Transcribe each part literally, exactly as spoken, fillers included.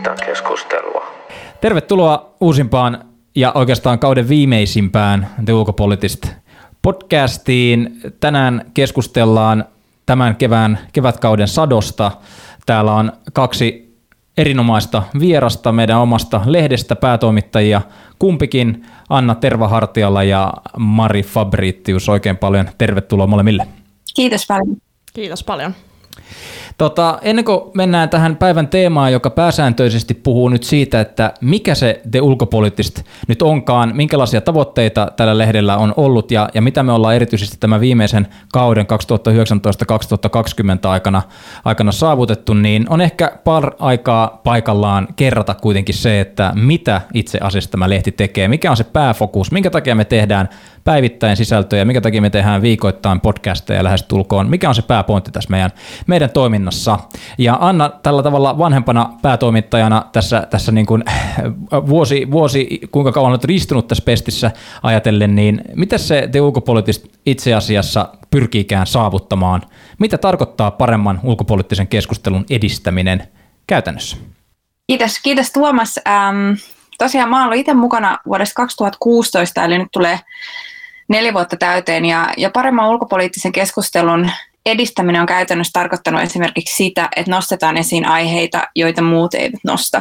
ulkopoliittista keskustelua. Tervetuloa uusimpaan ja oikeastaan kauden viimeisimpään The Ulkopoliittista podcastiin. Tänään keskustellaan tämän kevään, kevätkauden sadosta. Täällä on kaksi erinomaista vierasta meidän omasta lehdestä, päätoimittajia kumpikin, Anna Tervahartiala ja Mari Fabritius. Oikein paljon tervetuloa molemmille. Kiitos paljon. Kiitos paljon. Tota, ennen kuin mennään tähän päivän teemaan, joka pääsääntöisesti puhuu nyt siitä, että mikä se The Ulkopoliittista nyt onkaan, minkälaisia tavoitteita tällä lehdellä on ollut ja, ja mitä me ollaan erityisesti tämän viimeisen kauden kaksituhattayhdeksäntoista kaksituhattakaksikymmentä aikana, aikana saavutettu, niin on ehkä par aikaa paikallaan kerrata kuitenkin se, että mitä itse asiassa tämä lehti tekee, mikä on se pääfokus, minkä takia me tehdään päivittäin sisältöjä, minkä takia me tehdään viikoittain podcasteja lähestulkoon, mikä on se pääpointti tässä meidän, meidän toiminnassa. Ja Anna tällä tavalla vanhempana päätoimittajana tässä, tässä niin kuin vuosi, vuosi, kuinka kauan olet istunut tässä pestissä ajatellen, niin mitä se The Ulkopoliittista itse asiassa pyrkiikään saavuttamaan? Mitä tarkoittaa paremman ulkopoliittisen keskustelun edistäminen käytännössä? Kiitos, kiitos Tuomas. Ähm, tosiaan mä oon ollut itse mukana vuodesta kaksituhattakuusitoista, eli nyt tulee neljä vuotta täyteen, ja, ja paremman ulkopoliittisen keskustelun edistäminen on käytännössä tarkoittanut esimerkiksi sitä, että nostetaan esiin aiheita, joita muut eivät nosta.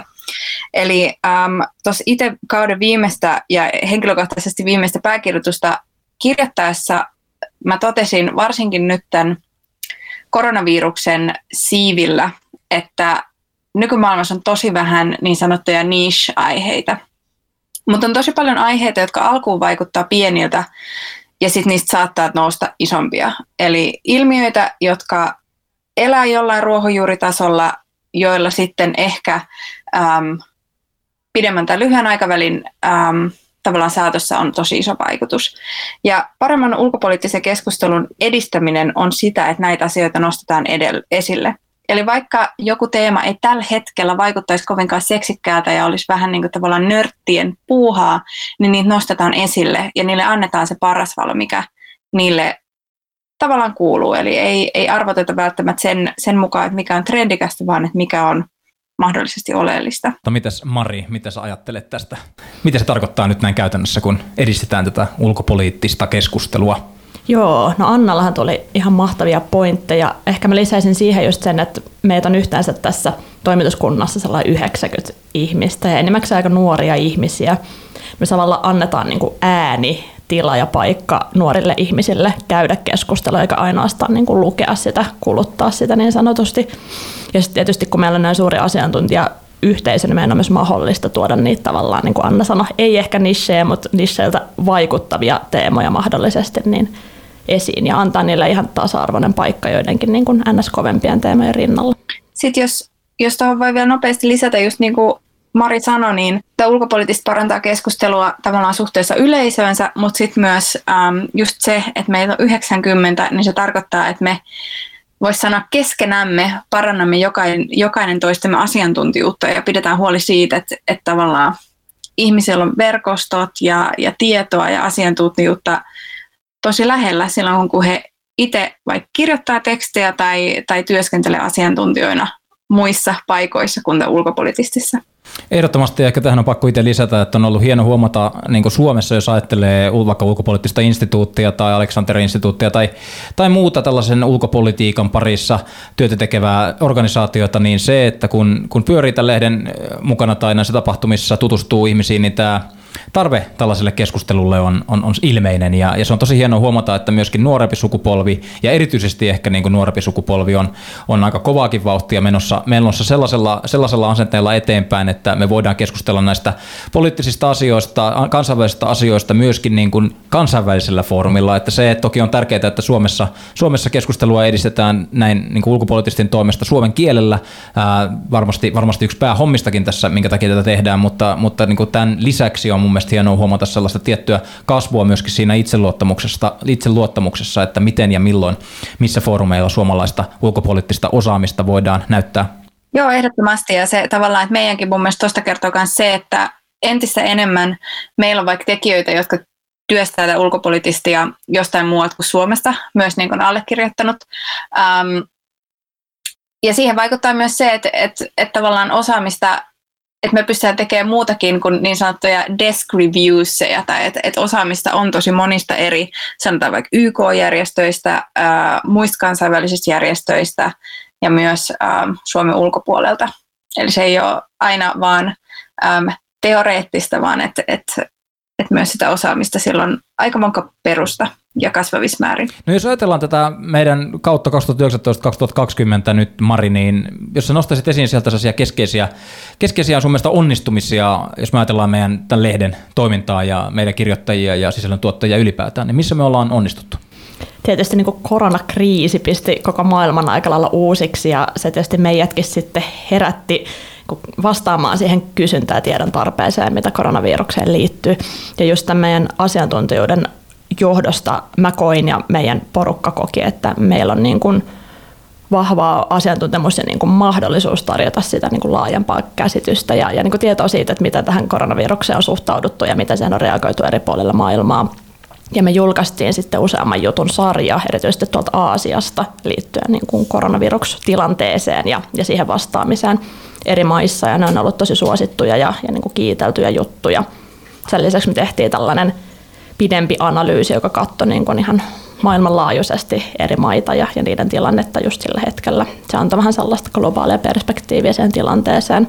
Eli ähm, tuossa itse kauden viimeistä ja henkilökohtaisesti viimeistä pääkirjoitusta kirjoittaessa mä totesin varsinkin nyt tämän koronaviruksen siivillä, että nykymaailmassa on tosi vähän niin sanottuja niche-aiheita. Mutta on tosi paljon aiheita, jotka alkuun vaikuttaa pieniltä ja sitten niistä saattaa nousta isompia. Eli ilmiöitä, jotka elää jollain ruohonjuuritasolla, joilla sitten ehkä äm, pidemmän tai lyhyen aikavälin äm, tavallaan saatossa on tosi iso vaikutus. Ja paremman ulkopoliittisen keskustelun edistäminen on sitä, että näitä asioita nostetaan edelle, esille. Eli vaikka joku teema ei tällä hetkellä vaikuttaisi kovinkaan seksikkäältä ja olisi vähän niin kuin tavallaan nörttien puuhaa, niin niitä nostetaan esille ja niille annetaan se paras valo, mikä niille tavallaan kuuluu. Eli ei, ei arvoteta välttämättä sen, sen mukaan, että mikä on trendikästä, vaan että mikä on mahdollisesti oleellista. Mitäs Mari, mitä sä ajattelet tästä? Mitä se tarkoittaa nyt näin käytännössä, kun edistetään tätä ulkopoliittista keskustelua? Joo, no Annallahan tuli ihan mahtavia pointteja. Ehkä mä lisäisin siihen just sen, että meitä on yhteensä tässä toimituskunnassa sellainen yhdeksänkymmentä ihmistä ja enimmäkseen aika nuoria ihmisiä. Me samalla annetaan niin kuin ääni, tila ja paikka nuorille ihmisille käydä keskustelua eikä ainoastaan niin kuin lukea sitä, kuluttaa sitä niin sanotusti. Ja sitten tietysti kun meillä on näin suuri asiantuntija yhteisö, niin meidän on myös mahdollista tuoda niitä tavallaan, niin kuin Anna sanoi, ei ehkä nichejä, mutta nicheiltä vaikuttavia teemoja mahdollisesti niin esiin ja antaa niille ihan tasa-arvoinen paikka joidenkin niin kuin ns. Kovempien teemojen rinnalla. Sitten jos, jos tuohon voi vielä nopeasti lisätä, just niin kuin Mari sanoi, niin tämä ulkopoliittista parantaa keskustelua tavallaan suhteessa yleisöönsä, mutta sitten myös äm, just se, että meitä on yhdeksänkymmentä, niin se tarkoittaa, että me voisi sanoa keskenämme parannamme jokainen, jokainen toistemme asiantuntijuutta ja pidetään huoli siitä, että, että tavallaan ihmisillä on verkostot ja, ja tietoa ja asiantuntijuutta tosi lähellä silloin, kun he itse vaikka kirjoittaa tekstejä tai, tai työskentelee asiantuntijoina muissa paikoissa kuin ulkopoliittisissa. Ehdottomasti, ehkä tähän on pakko itse lisätä, että on ollut hieno huomata niin kuin Suomessa, jos ajattelee vaikka ulkopoliittista instituuttia tai Aleksanterin instituuttia tai, tai muuta tällaisen ulkopolitiikan parissa työtä tekevää organisaatiota, niin se, että kun, kun pyörii tämän lehden mukana tai näissä tapahtumissa tutustuu ihmisiin, niin tämä tarve tällaiselle keskustelulle on, on, on ilmeinen ja, ja se on tosi hienoa huomata, että myöskin nuorempi sukupolvi ja erityisesti ehkä niin kuin nuorempi sukupolvi on, on aika kovaakin vauhtia menossa, menossa sellaisella, sellaisella asenteella eteenpäin, että me voidaan keskustella näistä poliittisista asioista, kansainvälisistä asioista myöskin niin kuin kansainvälisellä foorumilla, että se toki on tärkeää, että Suomessa, Suomessa keskustelua edistetään näin niin kuin ulkopoliittisten toimesta suomen kielellä, ää, varmasti, varmasti yksi päähommistakin tässä, minkä takia tätä tehdään, mutta, mutta niin kuin tämän lisäksi on mun mielestä hienoa huomata sellaista tiettyä kasvua myöskin siinä itseluottamuksessa, itseluottamuksessa, että miten ja milloin, missä foorumeilla suomalaista ulkopoliittista osaamista voidaan näyttää. Joo, ehdottomasti. Ja se tavallaan, että meidänkin mun mielestä tuosta kertoo myös se, että entistä enemmän meillä on vaikka tekijöitä, jotka työstää tätä ulkopoliittistia jostain muualta kuin Suomesta, myös niin kuin allekirjoittanut. Ähm, ja siihen vaikuttaa myös se, että, että, että tavallaan osaamista että me pystytään tekemään muutakin kuin niin sanottuja desk reviewsseja, tai että et osaamista on tosi monista eri, sanotaan vaikka Y K-järjestöistä, ää, muista kansainvälisistä järjestöistä ja myös ää, Suomen ulkopuolelta. Eli se ei ole aina vaan äm, teoreettista, vaan että et, et myös sitä osaamista silloin aika monka perusta ja kasvavissa määrin. No jos ajatellaan tätä meidän kautta kaksituhattayhdeksäntoista kaksituhattakaksikymmentä nyt, Mari, niin jos sä nostaisit esiin sieltä sellaisia keskeisiä, keskeisiä sun mielestä onnistumisia, jos me ajatellaan meidän tämän lehden toimintaa ja meidän kirjoittajia ja sisällöntuottajia ylipäätään, niin missä me ollaan onnistuttu? Tietysti niin kuin koronakriisi pisti koko maailman aika lailla uusiksi ja se tietysti meidätkin sitten herätti vastaamaan siihen kysyntää tiedon tarpeeseen, mitä koronavirukseen liittyy. Ja just tämän meidän asiantuntijuuden johdosta mä koin ja meidän porukka koki, että meillä on niin kuin vahvaa asiantuntemus ja niin kuin mahdollisuus tarjota sitä niin kuin laajempaa käsitystä ja, ja niin kuin tietoa siitä, että miten tähän koronavirukseen on suhtauduttu ja miten siihen on reagoitu eri puolilla maailmaa. Ja me julkaistiin sitten useamman jutun sarja, erityisesti tuolta Aasiasta liittyen niin kuin koronavirustilanteeseen ja, ja siihen vastaamiseen eri maissa. Ja ne on ollut tosi suosittuja ja, ja niin kuin kiiteltyjä juttuja. Sen lisäksi me tehtiin tällainen pidempi analyysi, joka katsoi niin kuin ihan maailmanlaajuisesti eri maita ja, ja niiden tilannetta just sillä hetkellä. Se antoi vähän sellaista globaalia perspektiiviä sen tilanteeseen.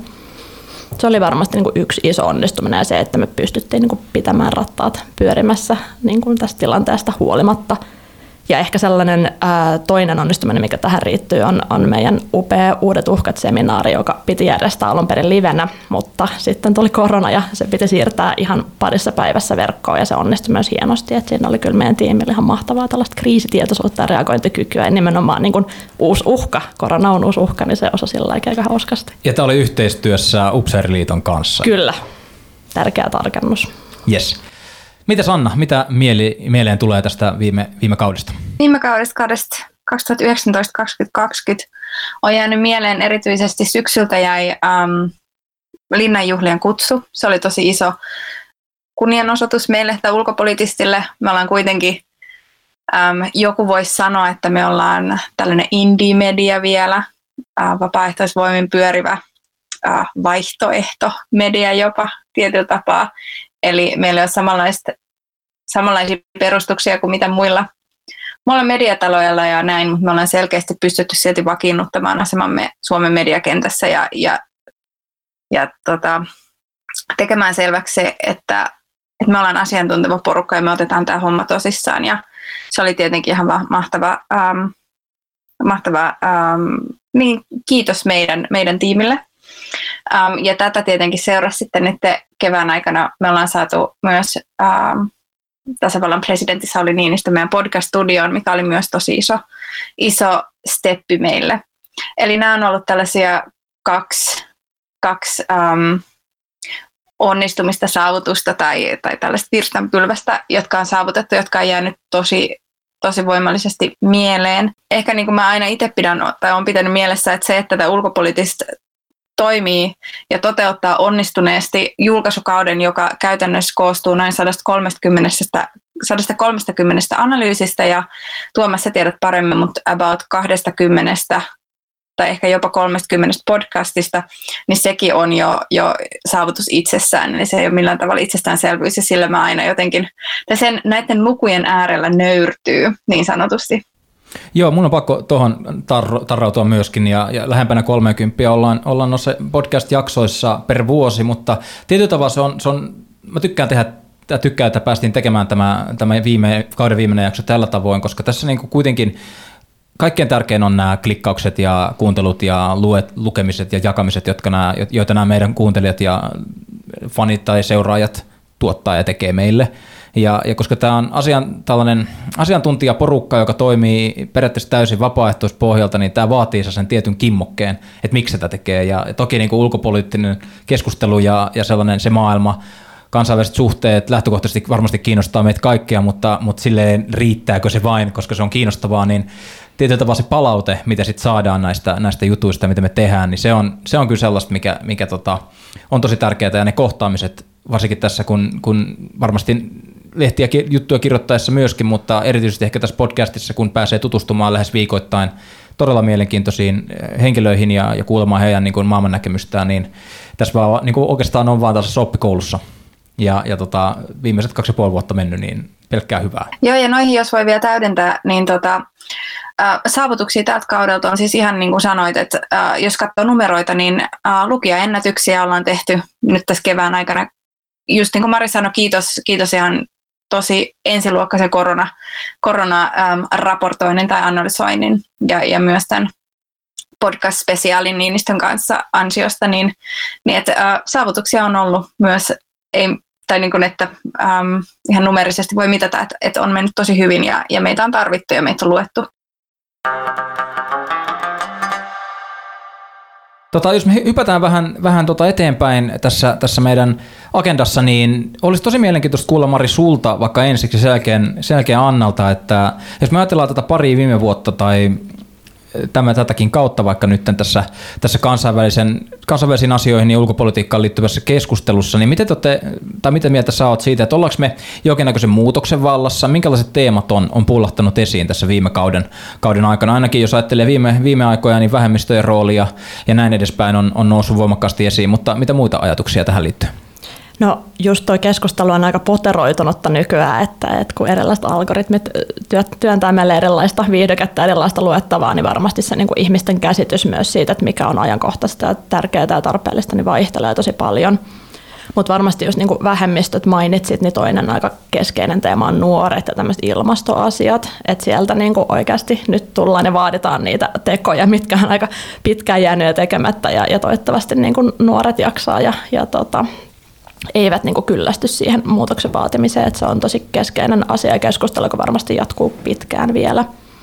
Se oli varmasti niin kuin yksi iso onnistuminen ja se, että me pystyttiin niin kuin pitämään rattaat pyörimässä niin kuin tästä tilanteesta huolimatta. Ja ehkä sellainen ää, toinen onnistuminen, mikä tähän riittyy, on, on meidän upea Uudet uhkat-seminaari, joka piti järjestää alun perin livenä, mutta sitten tuli korona ja se piti siirtää ihan parissa päivässä verkkoon ja se onnistui myös hienosti. Että siinä oli kyllä meidän tiimillä ihan mahtavaa tällaista kriisitietoisuutta ja reagointikykyä ja nimenomaan niin kuin uusi uhka, korona on uusi uhka, niin se osasi sillä lailla aika hauskasti. Ja tämä oli yhteistyössä Upseeriliiton kanssa. Kyllä, tärkeä tarkennus. Yes. Mitäs Anna, mitä mieli, mieleen tulee tästä viime, viime kaudesta? Viime kaudesta, kaudesta kaksituhattayhdeksäntoista kaksituhattakaksikymmentä on jäänyt mieleen erityisesti syksyltä jäi äm, Linnanjuhlien kutsu. Se oli tosi iso kunnianosoitus meille tai ulkopoliitistille. Me ollaan kuitenkin, äm, joku voisi sanoa, että me ollaan tällainen indie-media vielä, äh, vapaaehtoisvoimin pyörivä äh, vaihtoehto-media jopa tietyllä tapaa. Eli meillä on samanlaisia perustuksia kuin mitä muilla, muilla mediataloilla ja näin, mutta me ollaan selkeästi pystytty silti vakiinnuttamaan asemamme Suomen mediakentässä ja, ja, ja tota, tekemään selväksi se, että, että me ollaan asiantunteva porukka ja me otetaan tämä homma tosissaan. Ja se oli tietenkin ihan mahtava, ähm, mahtava ähm, niin, kiitos meidän, meidän tiimille. Um, ja tätä tietenkin seurasi sitten nyt kevään aikana. Me ollaan saatu myös um, tasavallan presidentti Sauli Niinistö meidän podcast-studioon, mikä oli myös tosi iso, iso steppi meille. Eli nämä on ollut tällaisia kaksi, kaksi um, onnistumista, saavutusta tai, tai tällaista virstanpylvästä, jotka on saavutettu, jotka on jäänyt tosi, tosi voimallisesti mieleen. Ehkä niin kuin mä aina itse pidän tai olen pitänyt mielessä, että se, että tätä ulkopoliittista toimii ja toteuttaa onnistuneesti julkaisukauden, joka käytännössä koostuu noin sata kolmekymmentä analyysistä ja Tuomas sä tiedät paremmin, mutta about kaksikymmentä tai ehkä jopa kolmekymmentä podcastista, niin sekin on jo, jo saavutus itsessään, eli se ei ole millään tavalla itsestäänselvyys ja sillä mä aina jotenkin sen, näiden lukujen äärellä nöyrtyy niin sanotusti. Joo, mun on pakko tuohon tar- tarrautua myöskin ja, ja lähempänä kolmekymmentä ollaan, ollaan noissa podcast-jaksoissa per vuosi, mutta tietyllä tavalla se on, se on mä tykkään tehdä tykkään, että päästiin tekemään tämä, tämä viime, kauden viimeinen jakso tällä tavoin, koska tässä niin kuin kuitenkin kaikkein tärkein on nämä klikkaukset ja kuuntelut ja luet, lukemiset ja jakamiset, jotka nämä, joita nämä meidän kuuntelijat ja fanit tai seuraajat tuottaa ja tekee meille. Ja, ja koska tämä on asian, tällainen asiantuntijaporukka, joka toimii periaatteessa täysin vapaaehtoispohjalta, niin tämä vaatii sen tietyn kimmokkeen, että miksi sitä tekee. Ja toki niin kuin ulkopoliittinen keskustelu ja, ja sellainen se maailma, kansainväliset suhteet lähtökohtaisesti varmasti kiinnostaa meitä kaikkia, mutta, mutta silleen riittääkö se vain, koska se on kiinnostavaa, niin tietyllä tavalla se palaute, mitä sitten saadaan näistä, näistä jutuista, mitä me tehdään, niin se on, se on kyllä sellaista, mikä, mikä tota, on tosi tärkeää, ja ne kohtaamiset, varsinkin tässä, kun, kun varmasti lehtiä juttuja kirjoittaessa myöskin, mutta erityisesti ehkä tässä podcastissa, kun pääsee tutustumaan lähes viikoittain todella mielenkiintoisiin henkilöihin ja, ja kuulemaan heidän niin kuin maailman näkemystään, niin tässä vaan, niin kuin oikeastaan on vaan tässä oppikoulussa. Ja, ja tota, viimeiset kaksi ja puoli vuotta mennyt, niin pelkkää hyvää. Joo, ja noihin jos voi vielä täydentää, niin tota, äh, saavutuksia tältä kaudelta on siis ihan niin kuin sanoit, että äh, jos katsoo numeroita, niin äh, lukijaennätyksiä ollaan tehty nyt tässä kevään aikana. Just niin kuin Mari sanoi, kiitos, kiitos ihan tosi ensiluokkaisen korona, korona-raportoinnin tai analysoinnin ja, ja myös tämän podcast-spesiaalin Niinistön kanssa ansiosta, niin, niin että äh, saavutuksia on ollut myös, ei, tai niin kuin, että ähm, ihan numerisesti voi mitata, että, että on mennyt tosi hyvin ja, ja meitä on tarvittu ja meitä on luettu. Tota, jos me hypätään vähän, vähän tota eteenpäin tässä, tässä meidän agendassa, niin olisi tosi mielenkiintoista kuulla, Mari, sulta vaikka ensiksi sen jälkeen, sen jälkeen Annalta, että jos me ajatellaan tätä paria viime vuotta tai tämä tätäkin kautta vaikka nyt tässä, tässä kansainvälisen, kansainvälisiin asioihin ja ulkopolitiikkaan liittyvässä keskustelussa, niin miten, te, tai mitä mieltä sä oot siitä, että ollaanko me jonkinnäköisen muutoksen vallassa, minkälaiset teemat on, on pullahtanut esiin tässä viime kauden, kauden aikana, ainakin jos ajattelee viime, viime aikoja, niin vähemmistöjen roolia ja näin edespäin on, on noussut voimakkaasti esiin, mutta mitä muita ajatuksia tähän liittyy? No just tuo keskustelu on aika poteroitunutta nykyään, että, että kun erilaiset algoritmit työntää meille erilaista viihdykettä, erilaista luettavaa, niin varmasti se niin kuin ihmisten käsitys myös siitä, että mikä on ajankohtaista ja tärkeää ja tarpeellista, niin vaihtelee tosi paljon. Mutta varmasti jos niin kuin vähemmistöt mainitsit, niin toinen aika keskeinen teema on nuoret ja tämmöiset ilmastoasiat, että sieltä niin kuin oikeasti nyt tullaan ja vaaditaan niitä tekoja, mitkä on aika pitkään jäänyt tekemättä ja, ja toivottavasti niin kuin nuoret jaksaa ja, ja tota, eivät niin kuin kyllästy siihen muutoksen vaatimiseen, että se on tosi keskeinen asia ja keskustelu, joka varmasti jatkuu pitkään vielä.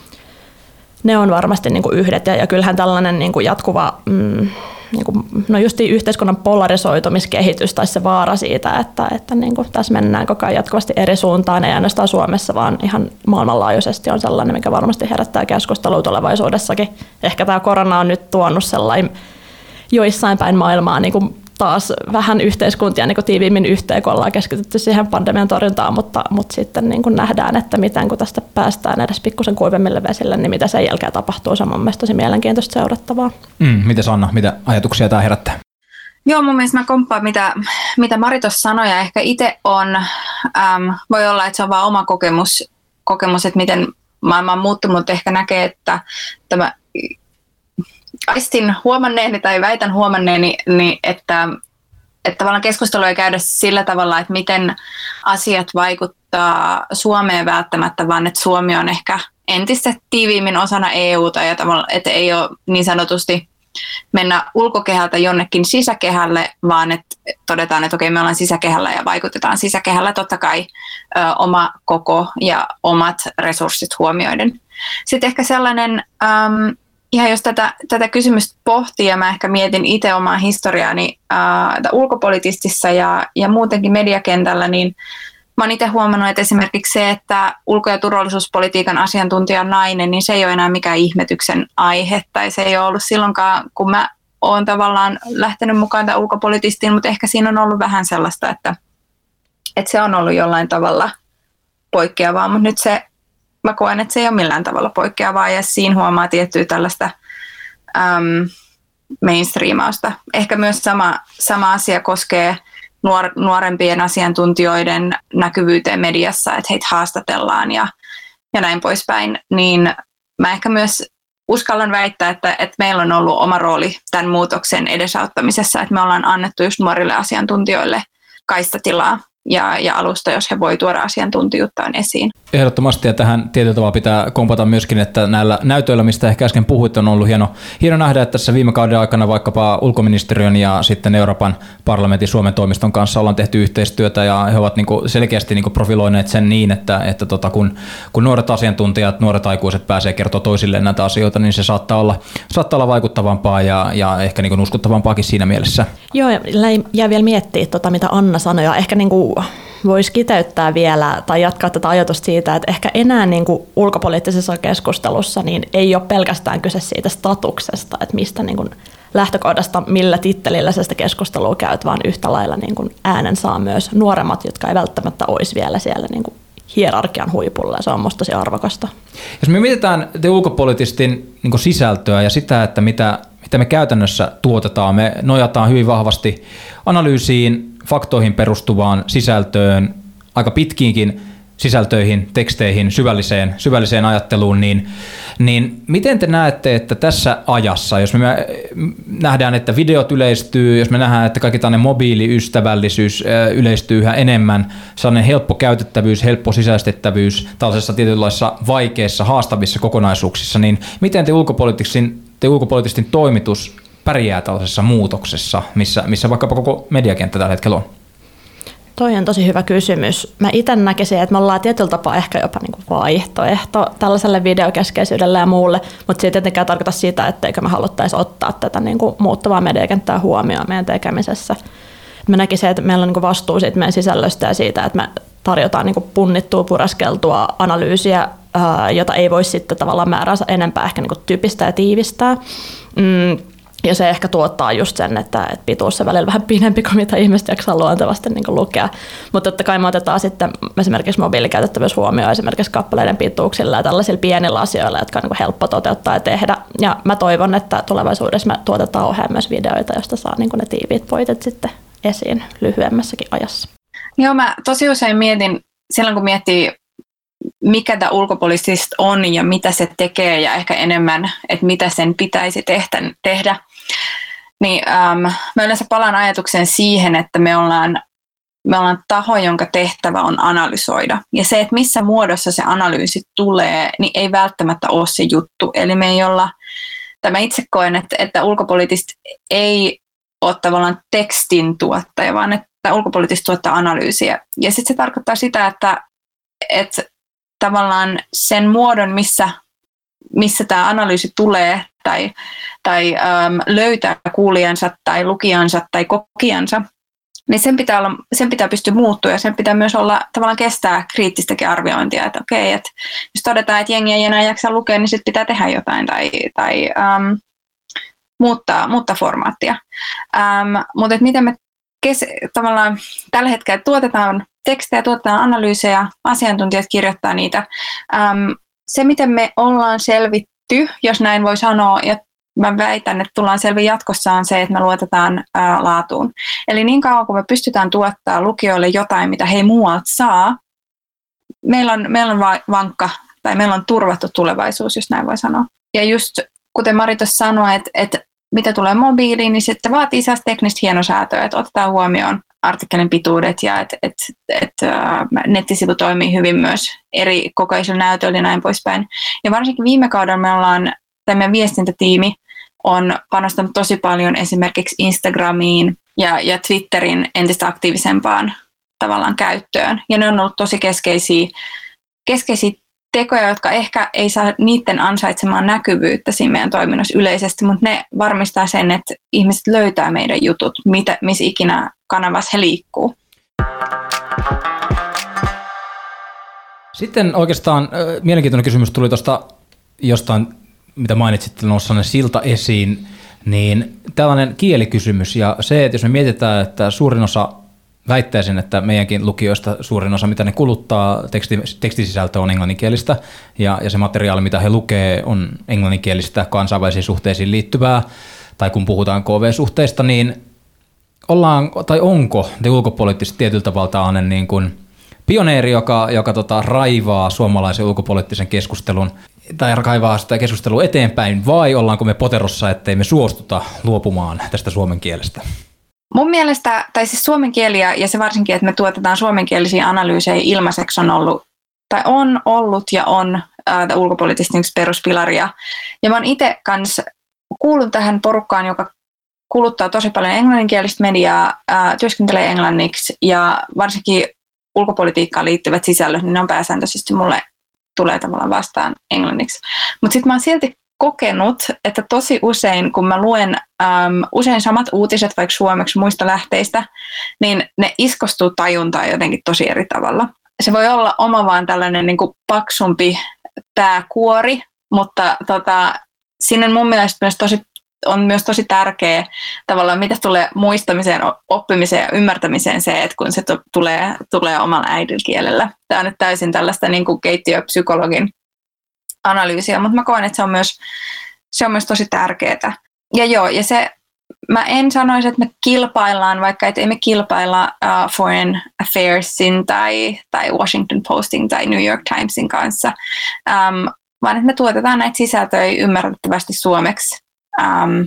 Ne on varmasti niin kuin yhdet ja, ja kyllähän tällainen niin kuin jatkuva, mm, niin kuin, no justiin yhteiskunnan polarisoitumiskehitys tai se vaara siitä, että, että niin kuin tässä mennään koko ajan jatkuvasti eri suuntaan, ei ainoastaan Suomessa, vaan ihan maailmanlaajuisesti on sellainen, mikä varmasti herättää keskustelua tulevaisuudessakin. Ehkä tämä korona on nyt tuonut sellainen joissain päin maailmaa niin kuin taas vähän yhteiskuntia niin kuin tiiviimmin yhteen, kun ollaan keskitytty siihen pandemian torjuntaan, mutta, mutta sitten niin kuin nähdään, että miten kun tästä päästään edes pikkusen kuivemmille vesille, niin mitä sen jälkeen tapahtuu, se on mun mielestä tosi mielenkiintoista seurattavaa. Mm, miten Anna, mitä ajatuksia tämä herättää? Joo, mun mielestä mä komppaan, mitä, mitä Mari tuossa sanoi, ja ehkä itse on, äm, voi olla, että se on vaan oma kokemus, kokemus, että miten maailma on muuttunut, mutta ehkä näkee, että tämä aistin huomanneeni tai väitän huomanneeni, niin että, että tavallaan keskustelua ei käydä sillä tavalla, että miten asiat vaikuttaa Suomeen välttämättä, vaan että Suomi on ehkä entistä tiiviimmin osana E U:ta ja että ei ole niin sanotusti mennä ulkokehältä jonnekin sisäkehälle, vaan että todetaan, että okei, me ollaan sisäkehällä ja vaikutetaan sisäkehällä totta kai ö, oma koko ja omat resurssit huomioiden. Sitten ehkä sellainen äm, ihan jos tätä, tätä kysymystä pohtii, ja mä ehkä mietin itse omaa historiaani äh, ulkopoliittisissa ja, ja muutenkin mediakentällä, niin mä oon itse huomannut, että esimerkiksi se, että ulko- ja turvallisuuspolitiikan asiantuntija on nainen, niin se ei ole enää mikään ihmetyksen aihe, tai se ei ole ollut silloinkaan, kun mä oon tavallaan lähtenyt mukaan tämän ulkopoliittistiin, mutta ehkä siinä on ollut vähän sellaista, että, että se on ollut jollain tavalla poikkeavaa, mutta nyt se mä koen, että se ei ole millään tavalla poikkeavaa ja siinä huomaa tiettyä tällaista äm, mainstreamausta. Ehkä myös sama, sama asia koskee nuor, nuorempien asiantuntijoiden näkyvyyteen mediassa, että heitä haastatellaan ja, ja näin poispäin. Niin mä ehkä myös uskallan väittää, että, että meillä on ollut oma rooli tämän muutoksen edesauttamisessa, että me ollaan annettu just nuorille asiantuntijoille kaistatilaa ja, ja alusta, jos he voi tuoda asiantuntijuuttaan esiin. Ehdottomasti, ja tähän tietyllä tavalla pitää kompata myöskin, että näillä näytöillä, mistä ehkä äsken puhuit, on ollut hieno, hieno nähdä, että tässä viime kauden aikana vaikkapa ulkoministeriön ja sitten Euroopan parlamentin Suomen toimiston kanssa ollaan tehty yhteistyötä, ja he ovat niinku selkeästi niinku profiloineet sen niin, että, että tota, kun, kun nuoret asiantuntijat, nuoret aikuiset pääsee kertoa toisilleen näitä asioita, niin se saattaa olla, saattaa olla vaikuttavampaa ja, ja ehkä niinku uskottavampaakin siinä mielessä. Joo, ja jää vielä miettiä, tota, mitä Anna sanoi, ja ehkä niinku voisi kiteyttää vielä tai jatkaa tätä ajatusta siitä, että ehkä enää niin kuin ulkopoliittisessa keskustelussa niin ei ole pelkästään kyse siitä statuksesta, että mistä niin kuin lähtökohdasta, millä tittelillä sä sitä keskustelua käyt, vaan yhtä lailla niin kuin äänen saa myös nuoremmat, jotka ei välttämättä olisi vielä siellä niin kuin hierarkian huipulla ja se on musta tosi arvokasta. Jos me mietitään te ulkopoliittisesti niin sisältöä ja sitä, että mitä, mitä me käytännössä tuotetaan, me nojataan hyvin vahvasti analyysiin, faktoihin perustuvaan sisältöön, aika pitkiinkin sisältöihin, teksteihin, syvälliseen, syvälliseen ajatteluun, niin, niin miten te näette, että tässä ajassa, jos me nähdään, että videot yleistyy, jos me nähdään, että kaikki tämmöinen mobiiliystävällisyys yleistyy yhä enemmän, sellainen helppo käytettävyys, helppo sisäistettävyys tällaisessa tietynlaisissa vaikeissa, haastavissa kokonaisuuksissa, niin miten te ulkopoliittistin, te ulkopoliittistin toimitus pärjää tällaisessa muutoksessa, missä, missä vaikkapa koko mediakenttä tällä hetkellä on? Toi on tosi hyvä kysymys. Mä itse näkisin, että me ollaan tietyllä tapaa ehkä jopa niinku vaihtoehto tällaiselle videokeskeisyydelle ja muulle, mutta se ei tietenkään tarkoita sitä, etteikö me haluttaisi ottaa tätä niinku muuttuvaa mediakenttää huomioon meidän tekemisessä. Mä näkisin, että meillä on niinku vastuu siitä meidän sisällöstä ja siitä, että me tarjotaan niinku punnittua, pureskeltua analyysiä, jota ei voi sitten tavallaan määränsä enempää ehkä niinku typistää ja tiivistää. Mm. Ja se ehkä tuottaa just sen, että, että pituus on välillä vähän pienempi kuin mitä ihmiset jaksaa luontevasti niin kuin lukea. Mutta totta kai me otetaan sitten esimerkiksi mobiilikäytettävyys huomioon esimerkiksi kappaleiden pituuksilla ja tällaisilla pienillä asioilla, jotka on niin kuin helppo toteuttaa ja tehdä. Ja mä toivon, että tulevaisuudessa me tuotetaan ohjaa myös videoita, joista saa niin kuin ne tiiviit pointit sitten esiin lyhyemmässäkin ajassa. Joo, mä tosi usein mietin, silloin kun miettii, mikä tämä ulkopoliittista on ja mitä se tekee ja ehkä enemmän, että mitä sen pitäisi tehdä, tehdä. Niin ähm, mä yleensä palaan ajatukseen siihen, että me ollaan, me ollaan taho, jonka tehtävä on analysoida. Ja se, että missä muodossa se analyysi tulee, niin ei välttämättä ole se juttu. Eli me ei olla, tai mä itse koen, että, että ulkopoliittista ei ole tavallaan tekstin tuottaja, vaan että ulkopoliittista tuottaa analyysiä. Ja sitten se tarkoittaa sitä, että, että tavallaan sen muodon, missä, missä tämä analyysi tulee tai, tai äm, löytää kuulijansa tai lukijansa tai kokijansa, niin sen pitää, olla, sen pitää pystyä muuttua ja sen pitää myös olla tavallaan kestää kriittistäkin arviointia, että okei, että jos todetaan, että jengi ei enää jaksa lukea, niin sitten pitää tehdä jotain tai, tai äm, muuttaa, muuttaa formaattia. Äm, mutta että miten me kes, tavallaan tällä hetkellä tuotetaan tekstejä, tuotetaan analyysejä, asiantuntijat kirjoittaa niitä. Ähm, se, miten me ollaan selvitty, jos näin voi sanoa, ja mä väitän, että tullaan selviä jatkossa, on se, että me luotetaan ää, laatuun. Eli niin kauan, kun me pystytään tuottaa lukijoille jotain, mitä he ei muualta saa, meillä on, meillä on va- vankka, tai meillä on turvattu tulevaisuus, jos näin voi sanoa. Ja just kuten Mari tuossa sanoi, että, että mitä tulee mobiiliin, niin sitten vaatii sellaista teknistä hienosäätöä, että otetaan huomioon artikkelin pituudet ja että et, et, nettisivu toimii hyvin myös eri kokoisilla näytöillä ja näin poispäin. Ja varsinkin viime kaudella me ollaan, tai meidän viestintätiimi on panostanut tosi paljon esimerkiksi Instagramiin ja, ja Twitterin entistä aktiivisempaan tavallaan käyttöön. Ja ne on ollut tosi keskeisiä, keskeisiä tekoja, jotka ehkä ei saa niiden ansaitsemaan näkyvyyttä siinä meidän toiminnassa yleisesti, mutta ne varmistaa sen, että ihmiset löytää meidän jutut, mitä, missä ikinä kanavassa he liikkuu. Sitten oikeastaan äh, mielenkiintoinen kysymys tuli tuosta jostain, mitä mainitsit, noussut silta esiin, niin tällainen kielikysymys ja se, että jos me mietitään, että suurin osa väittäisin, että meidänkin lukijoista suurin osa, mitä ne kuluttaa, teksti, tekstisisältö on englanninkielistä ja, ja se materiaali, mitä he lukee, on englanninkielistä kansainvälisiin suhteisiin liittyvää. Tai kun puhutaan K V-suhteista, niin ollaan, tai onko te ulkopoliittisesti tietyllä tavalla tällainen niin kuin pioneeri, joka, joka tota, raivaa suomalaisen ulkopoliittisen keskustelun tai kaivaa sitä keskustelua eteenpäin, vai ollaanko me poterossa, ettei me suostuta luopumaan tästä suomen kielestä? Mun mielestä, tai siis suomen kieli ja se varsinkin, että me tuotetaan suomenkielisiä analyysejä ilmaiseksi on ollut, tai on ollut ja on äh, ulkopoliittisesti yksi peruspilaria. Ja mä oon itse kanssa kuulun tähän porukkaan, joka kuluttaa tosi paljon englanninkielistä mediaa, äh, työskentelee englanniksi ja varsinkin ulkopolitiikkaan liittyvät sisällöt, niin ne on pääsääntöisesti mulle tulee tavallaan vastaan englanniksi. Mutta sitten mä oon silti kokenut, että tosi usein, kun mä luen äm, usein samat uutiset vaikka suomeksi muista lähteistä, niin ne iskostuu tajuntaan jotenkin tosi eri tavalla. Se voi olla oma vaan tällainen niin kuin paksumpi pääkuori, mutta tota, siinä on mun mielestä myös tosi on myös tosi tärkeä tavallaan, mitä tulee muistamiseen, oppimiseen ja ymmärtämiseen se, että kun se to, tulee, tulee omalla äidinkielellä. Tämä on nyt täysin tällaista niin kuin keittiöpsykologin analyysiä, mutta mä koen, että se on myös, se on myös tosi tärkeää. Ja joo, ja se, mä en sanoisi, että me kilpaillaan, vaikka et ei me kilpailla uh, Foreign Affairsin tai, tai Washington Postin tai New York Timesin kanssa, um, vaan että me tuotetaan näitä sisältöjä ymmärrettävästi suomeksi, um,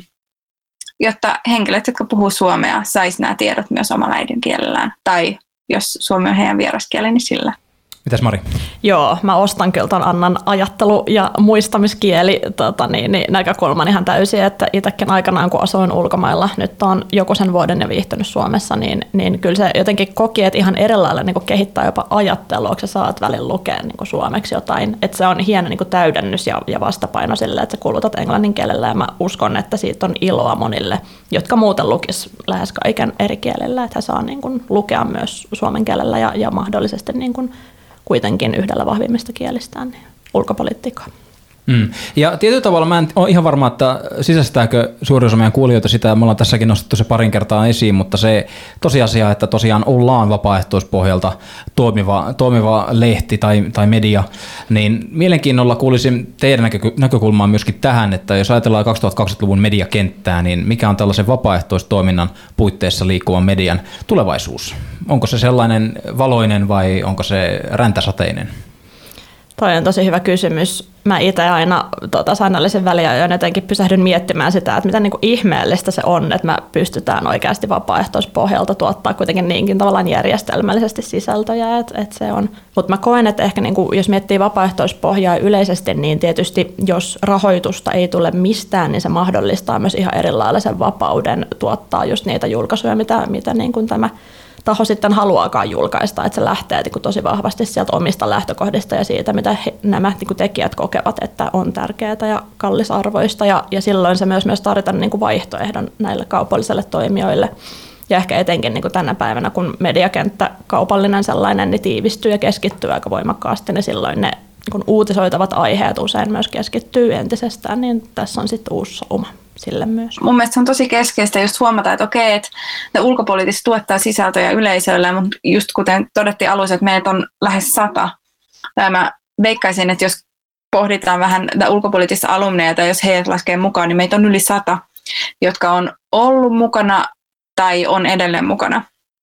jotta henkilöt, jotka puhuu suomea, sais nämä tiedot myös omalla äidinkielellään, tai jos suomi on heidän vieraskieli, niin sillä. Mitäs Mari? Joo, mä ostan kyllä ton Annan ajattelu- ja muistamiskieli tota, niin, niin, näkökulman ihan täysin, että itsekin aikanaan kun asuin ulkomailla, nyt on joku sen vuoden ja viihtynyt Suomessa, niin, niin kyllä se jotenkin koki, että ihan eri lailla niin kehittää jopa ajattelua, kun sä saat välillä lukea niin suomeksi jotain, että se on hieno niin täydennys ja, ja vastapaino sille, että sä kulutat englannin kielellä ja mä uskon, että siitä on iloa monille, jotka muuten lukis lähes kaiken eri kielellä, että he saa niin kuin lukea myös suomen kielellä ja, ja mahdollisesti niin kuin kuitenkin yhdellä vahvimmista kielistään niin ulkopolitiikkaa. Mm. Ja tietyllä tavalla mä en ole ihan varma, että sisäistääkö suurin osa meidän kuulijoita sitä, me ollaan tässäkin nostettu se parin kertaa esiin, mutta se tosiasia, että tosiaan ollaan vapaaehtoispohjalta toimiva, toimiva lehti tai, tai media, niin mielenkiinnolla kuulisin teidän näkö, näkökulmaa myöskin tähän, että jos ajatellaan kaksituhattakaksikymmentäluvun mediakenttää, niin mikä on tällaisen vapaaehtoistoiminnan puitteissa liikkuvan median tulevaisuus? Onko se sellainen valoinen vai onko se räntäsateinen? Toi on tosi hyvä kysymys. Mä itse aina tota, säännöllisen väliajoin jotenkin pysähdyn miettimään sitä, että miten niin kuin ihmeellistä se on, että me pystytään oikeasti vapaaehtoispohjalta tuottaa kuitenkin niinkin tavallaan järjestelmällisesti sisältöjä. Et, et se on. Mutta mä koen, että ehkä niin kuin, jos miettii vapaaehtoispohjaa yleisesti, niin tietysti jos rahoitusta ei tule mistään, niin se mahdollistaa myös ihan erilaisen vapauden tuottaa just niitä julkaisuja, mitä, mitä niin kuin tämä taho sitten haluaakaan julkaista, että se lähtee tosi vahvasti sieltä omista lähtökohdista ja siitä, mitä he, nämä tekijät kokevat, että on tärkeää ja kallisarvoista, ja, ja silloin se myös, myös tarjota niin kuin vaihtoehdon näille kaupallisille toimijoille. Ja ehkä etenkin niin kuin tänä päivänä, kun mediakenttä kaupallinen sellainen, niin tiivistyy ja keskittyy aika voimakkaasti, niin silloin ne niin kuin uutisoitavat aiheet usein myös keskittyy entisestään, niin tässä on sitten uusi sauma sille myös. Mun mielestä se on tosi keskeistä just huomata, että okei, että ne ulkopoliittisesti tuottaa sisältöjä yleisölle, mutta just kuten todettiin alussa, että meitä on lähes sata. Tai mä veikkaisin, että jos pohditaan vähän ulkopoliittista alumneja tai jos heidät laskee mukaan, niin meitä on yli sata, jotka on ollut mukana tai on edelleen mukana.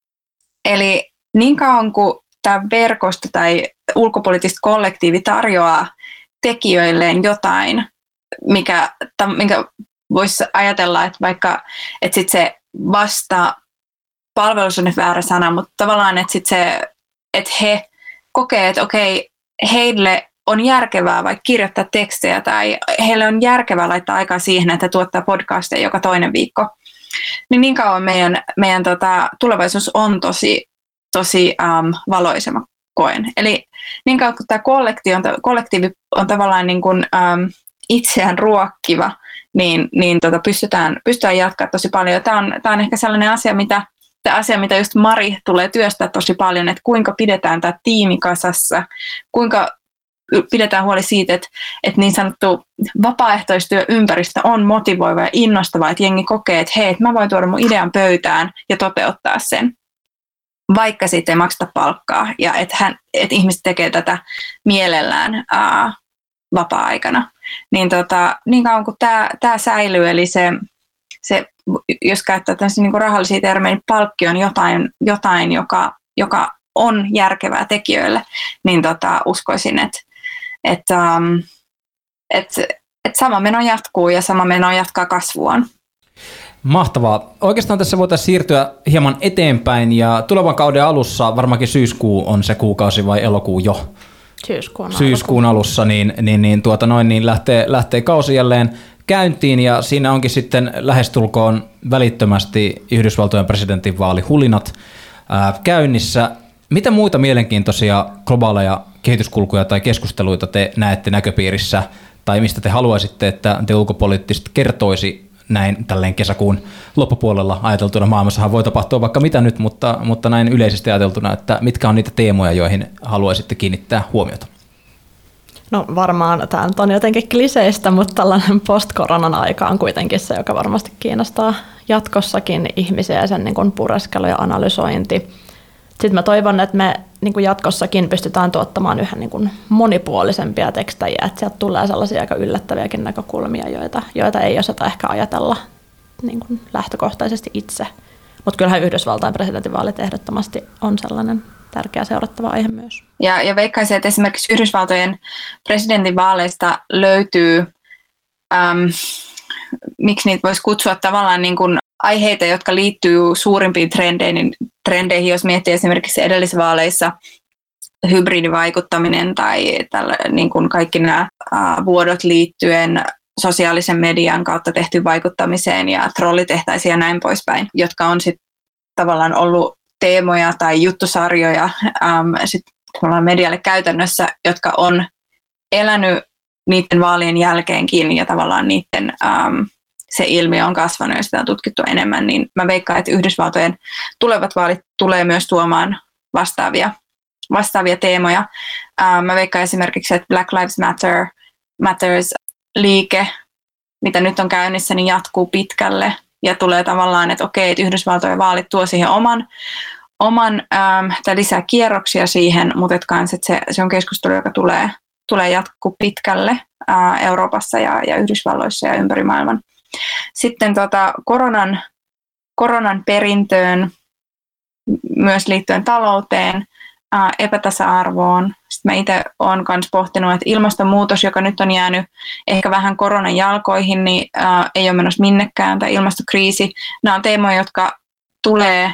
Eli niin kauan kuin tämä verkosto tai ulkopoliittista kollektiivi tarjoaa tekijöilleen jotain, mikä, minkä voisi ajatella, että vaikka että sit se vasta palvelus on nyt väärä sana, mutta tavallaan, että, sit se, että he kokee, että okei, heille on järkevää vaikka kirjoittaa tekstejä tai heille on järkevää laittaa aikaa siihen, että tuottaa podcasteja joka toinen viikko. Niin niin kauan meidän, meidän tota, tulevaisuus on tosi, tosi um, valoisa, mä koen. Eli niin kauan kun tämä kollektiivi on, kollektiivi on tavallaan niin kuin, um, itseään ruokkiva, niin, niin tota pystytään, pystytään jatkaa tosi paljon. Tämä on, tämä on ehkä sellainen asia mitä, tämä asia, mitä just Mari tulee työstää tosi paljon, että kuinka pidetään tämä tiimi kasassa, kuinka pidetään huoli siitä, että, että niin sanottu vapaaehtoistyöympäristö on motivoiva ja innostava, että jengi kokee, että hei, että mä voin tuoda mun idean pöytään ja toteuttaa sen, vaikka siitä ei makseta palkkaa, ja että, hän, että ihmiset tekee tätä mielellään ää, vapaa-aikana. Niin, tota, niin kauan kuin tämä, tämä säilyy, eli se, se jos käyttää tämmöisiä niin kuin rahallisia termejä, niin palkki on jotain, jotain joka, joka on järkevää tekijöille, niin tota, uskoisin, että et, um, et, et sama meno jatkuu ja sama meno jatkaa kasvuaan. Mahtavaa. Oikeastaan tässä voitaisiin siirtyä hieman eteenpäin, ja tulevan kauden alussa, varmaankin syyskuu on se kuukausi vai elokuu jo? Syyskuun, Syyskuun alussa, niin, niin, niin, tuota noin, niin lähtee, lähtee kausi jälleen käyntiin, ja siinä onkin sitten lähestulkoon välittömästi Yhdysvaltojen presidentinvaalihulinat ää, käynnissä. Mitä muita mielenkiintoisia globaaleja kehityskulkuja tai keskusteluita te näette näköpiirissä, tai mistä te haluaisitte, että te ulkopoliittisesti kertoisi näin tälleen kesäkuun loppupuolella ajateltuna? Maailmassahan voi tapahtua vaikka mitä nyt, mutta, mutta näin yleisesti ajateltuna, että mitkä on niitä teemoja, joihin haluaisitte kiinnittää huomiota? No varmaan tämä nyt on jotenkin kliseistä, mutta tällainen post-koronan aika on kuitenkin se, joka varmasti kiinnostaa jatkossakin ihmisiä ja sen niin kuin pureskelu ja analysointi. Sitten mä toivon, että me niin kuin jatkossakin pystytään tuottamaan yhä niin kuin monipuolisempia tekstejä, että sieltä tulee sellaisia aika yllättäviäkin näkökulmia, joita, joita ei osata ehkä ajatella niin kuin lähtökohtaisesti itse. Mutta kyllähän Yhdysvaltain presidentinvaalit ehdottomasti on sellainen tärkeä seurattava aihe myös. Ja, ja veikkaisin, että esimerkiksi Yhdysvaltojen presidentinvaaleista löytyy, äm, miksi niitä voisi kutsua tavallaan niin kuin aiheita, jotka liittyy suurimpiin trendeihin, trendeihin, jos miettii esimerkiksi edellisissä vaaleissa hybridivaikuttaminen tai tällä, niin kuin kaikki nämä äh, vuodot liittyen sosiaalisen median kautta tehtyyn vaikuttamiseen ja trollitehtaisiin ja näin poispäin, jotka on sitten tavallaan ollut teemoja tai juttusarjoja äm, sit medialle käytännössä, jotka on elänyt niiden vaalien jälkeenkin ja tavallaan niiden äm, se ilmiö on kasvanut ja sitä on tutkittu enemmän, niin mä veikkaan, että Yhdysvaltojen tulevat vaalit tulee myös tuomaan vastaavia, vastaavia teemoja. Ähm, mä veikkaan esimerkiksi, että Black Lives Matter, Matters liike, mitä nyt on käynnissä, niin jatkuu pitkälle ja tulee tavallaan, että okei, että Yhdysvaltojen vaalit tuo siihen oman, oman ähm, tai lisää kierroksia siihen, mutta että kans, että se, se on keskustelu, joka tulee, tulee jatkuu pitkälle äh, Euroopassa ja, ja Yhdysvalloissa ja ympäri maailman. Sitten tota, koronan, koronan perintöön, myös liittyen talouteen, ää, epätasa-arvoon. Sitten mä itse olen myös pohtinut, että ilmastonmuutos, joka nyt on jäänyt ehkä vähän koronan jalkoihin, niin ää, ei ole menossa minnekään, tai ilmastokriisi. Nämä on teemoja, jotka tulee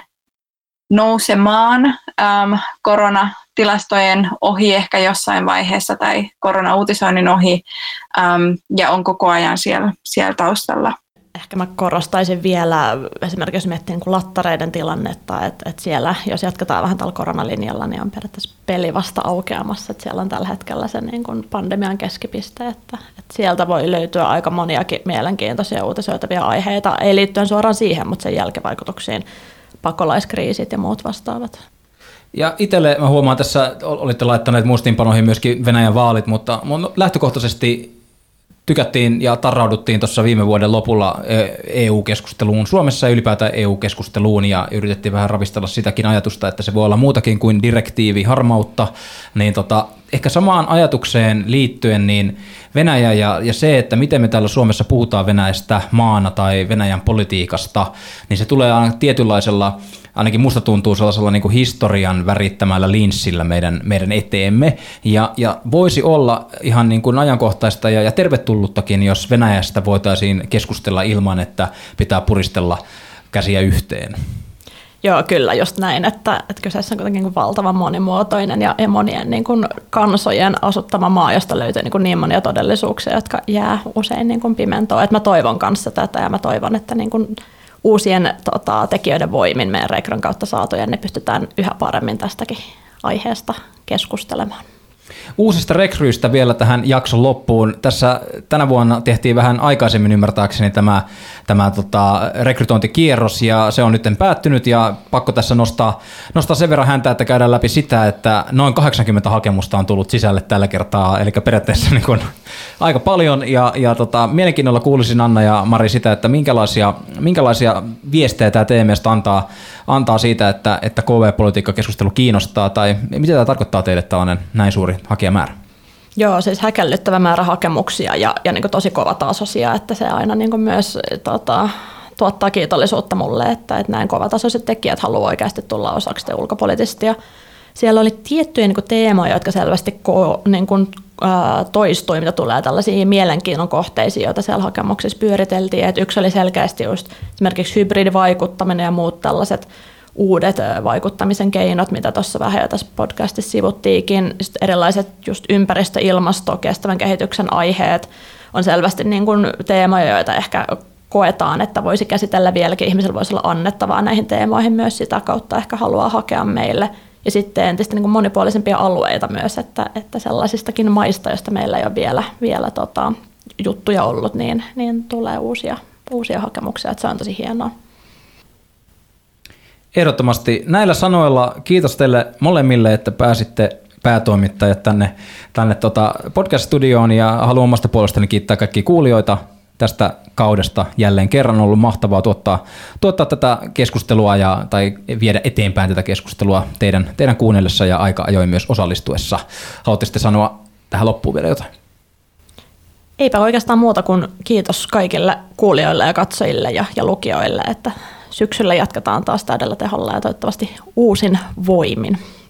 nousemaan äm, koronatilastojen ohi ehkä jossain vaiheessa tai koronauutisoinnin ohi äm, ja on koko ajan siellä, siellä taustalla. Ehkä mä korostaisin vielä esimerkiksi, jos miettii niin kuin lattareiden tilannetta, että, että siellä, jos jatketaan vähän tällä koronalinjalla, niin on periaatteessa peli vasta aukeamassa, että siellä on tällä hetkellä se niin kuin pandemian keskipiste, että, että sieltä voi löytyä aika moniakin mielenkiintoisia uutisoitavia aiheita, ei liittyen suoraan siihen, mutta sen jälkivaikutuksiin, pakolaiskriisit ja muut vastaavat. Ja itselle mä huomaan tässä, olitte laittaneet muistiinpanoihin myöskin Venäjän vaalit, mutta lähtökohtaisesti tykättiin ja tarrauduttiin tuossa viime vuoden lopulla E U-keskusteluun Suomessa ja ylipäätään E U-keskusteluun ja yritettiin vähän ravistella sitäkin ajatusta, että se voi olla muutakin kuin direktiivi harmautta, niin tota, ehkä samaan ajatukseen liittyen niin Venäjä ja, ja se, että miten me täällä Suomessa puhutaan Venäjästä maana tai Venäjän politiikasta, niin se tulee aina tietynlaisella, ainakin musta tuntuu sellaisella niin kuin historian värittämällä linssillä meidän, meidän eteemme, ja, ja voisi olla ihan niin kuin ajankohtaista ja, ja tervetulluttakin, jos Venäjästä voitaisiin keskustella ilman, että pitää puristella käsiä yhteen. Joo, kyllä just näin, että, että kyseessä on kuitenkin niin valtavan monimuotoinen ja, ja monien niin kuin kansojen asuttama maa, josta löytyy niin, kuin niin monia todellisuuksia, jotka jää usein niin kuin pimentoon. Et mä toivon kanssa tätä ja mä toivon, että niin kuin uusien tota, tekijöiden voimin meidän Rekron kautta saatujen, niin pystytään yhä paremmin tästäkin aiheesta keskustelemaan. Uusista rekryistä vielä tähän jakson loppuun. Tässä tänä vuonna tehtiin vähän aikaisemmin ymmärtääkseni tämä, tämä tota, rekrytointikierros ja se on nyt päättynyt ja pakko tässä nostaa, nostaa sen verran häntä, että käydään läpi sitä, että noin kahdeksankymmentä hakemusta on tullut sisälle tällä kertaa, eli periaatteessa niin kuin aika paljon ja, ja tota, mielenkiinnolla kuulisin Anna ja Mari sitä, että minkälaisia, minkälaisia viestejä tämä T M S:stä antaa, antaa siitä, että, että K V-politiikkakeskustelu kiinnostaa tai mitä tämä tarkoittaa teille tällainen näin suuri hakijamäärä? Joo, siis häkellyttävä määrä hakemuksia ja, ja niin kuin tosi kovatasoisia, että se aina niin kuin myös tota, tuottaa kiitollisuutta mulle, että, että näin kovatasoiset tekijät haluaa oikeasti tulla osaksi sitä ulkopoliittisesti. Ja siellä oli tiettyjä niin kuin teemoja, jotka selvästi ko, niin kuin, ää, toistui, mitä tulee tällaisiin mielenkiinnon kohteisiin, joita siellä hakemuksissa pyöriteltiin. Et yksi oli selkeästi just esimerkiksi hybridivaikuttaminen ja muut tällaiset uudet vaikuttamisen keinot, mitä tuossa vähän jo tässä podcastissa sivuttiinkin, sitten erilaiset just ympäristö, ilmasto, kestävän kehityksen aiheet on selvästi niin kuin teemoja, joita ehkä koetaan, että voisi käsitellä vieläkin. Ihmisellä voisi olla annettavaa näihin teemoihin myös sitä kautta ehkä haluaa hakea meille. Ja sitten entistä niin kuin monipuolisempia alueita myös, että, että sellaisistakin maista, joista meillä ei ole vielä, vielä tota, juttuja ollut, niin, niin tulee uusia, uusia hakemuksia, että se on tosi hienoa. Ehdottomasti näillä sanoilla kiitos teille molemmille, että pääsitte päätoimittajat tänne, tänne tota podcast-studioon ja haluan omasta puolestani kiittää kaikkia kuulijoita tästä kaudesta. Jälleen kerran on ollut mahtavaa tuottaa, tuottaa tätä keskustelua ja, tai viedä eteenpäin tätä keskustelua teidän, teidän kuunnellessa ja aika ajoin myös osallistuessa. Haluatte sitten sanoa tähän loppuun vielä jotain? Eipä oikeastaan muuta kuin kiitos kaikille kuulijoille ja katsojille ja, ja lukijoille, että syksyllä jatketaan taas täydellä teholla ja toivottavasti uusin voimin.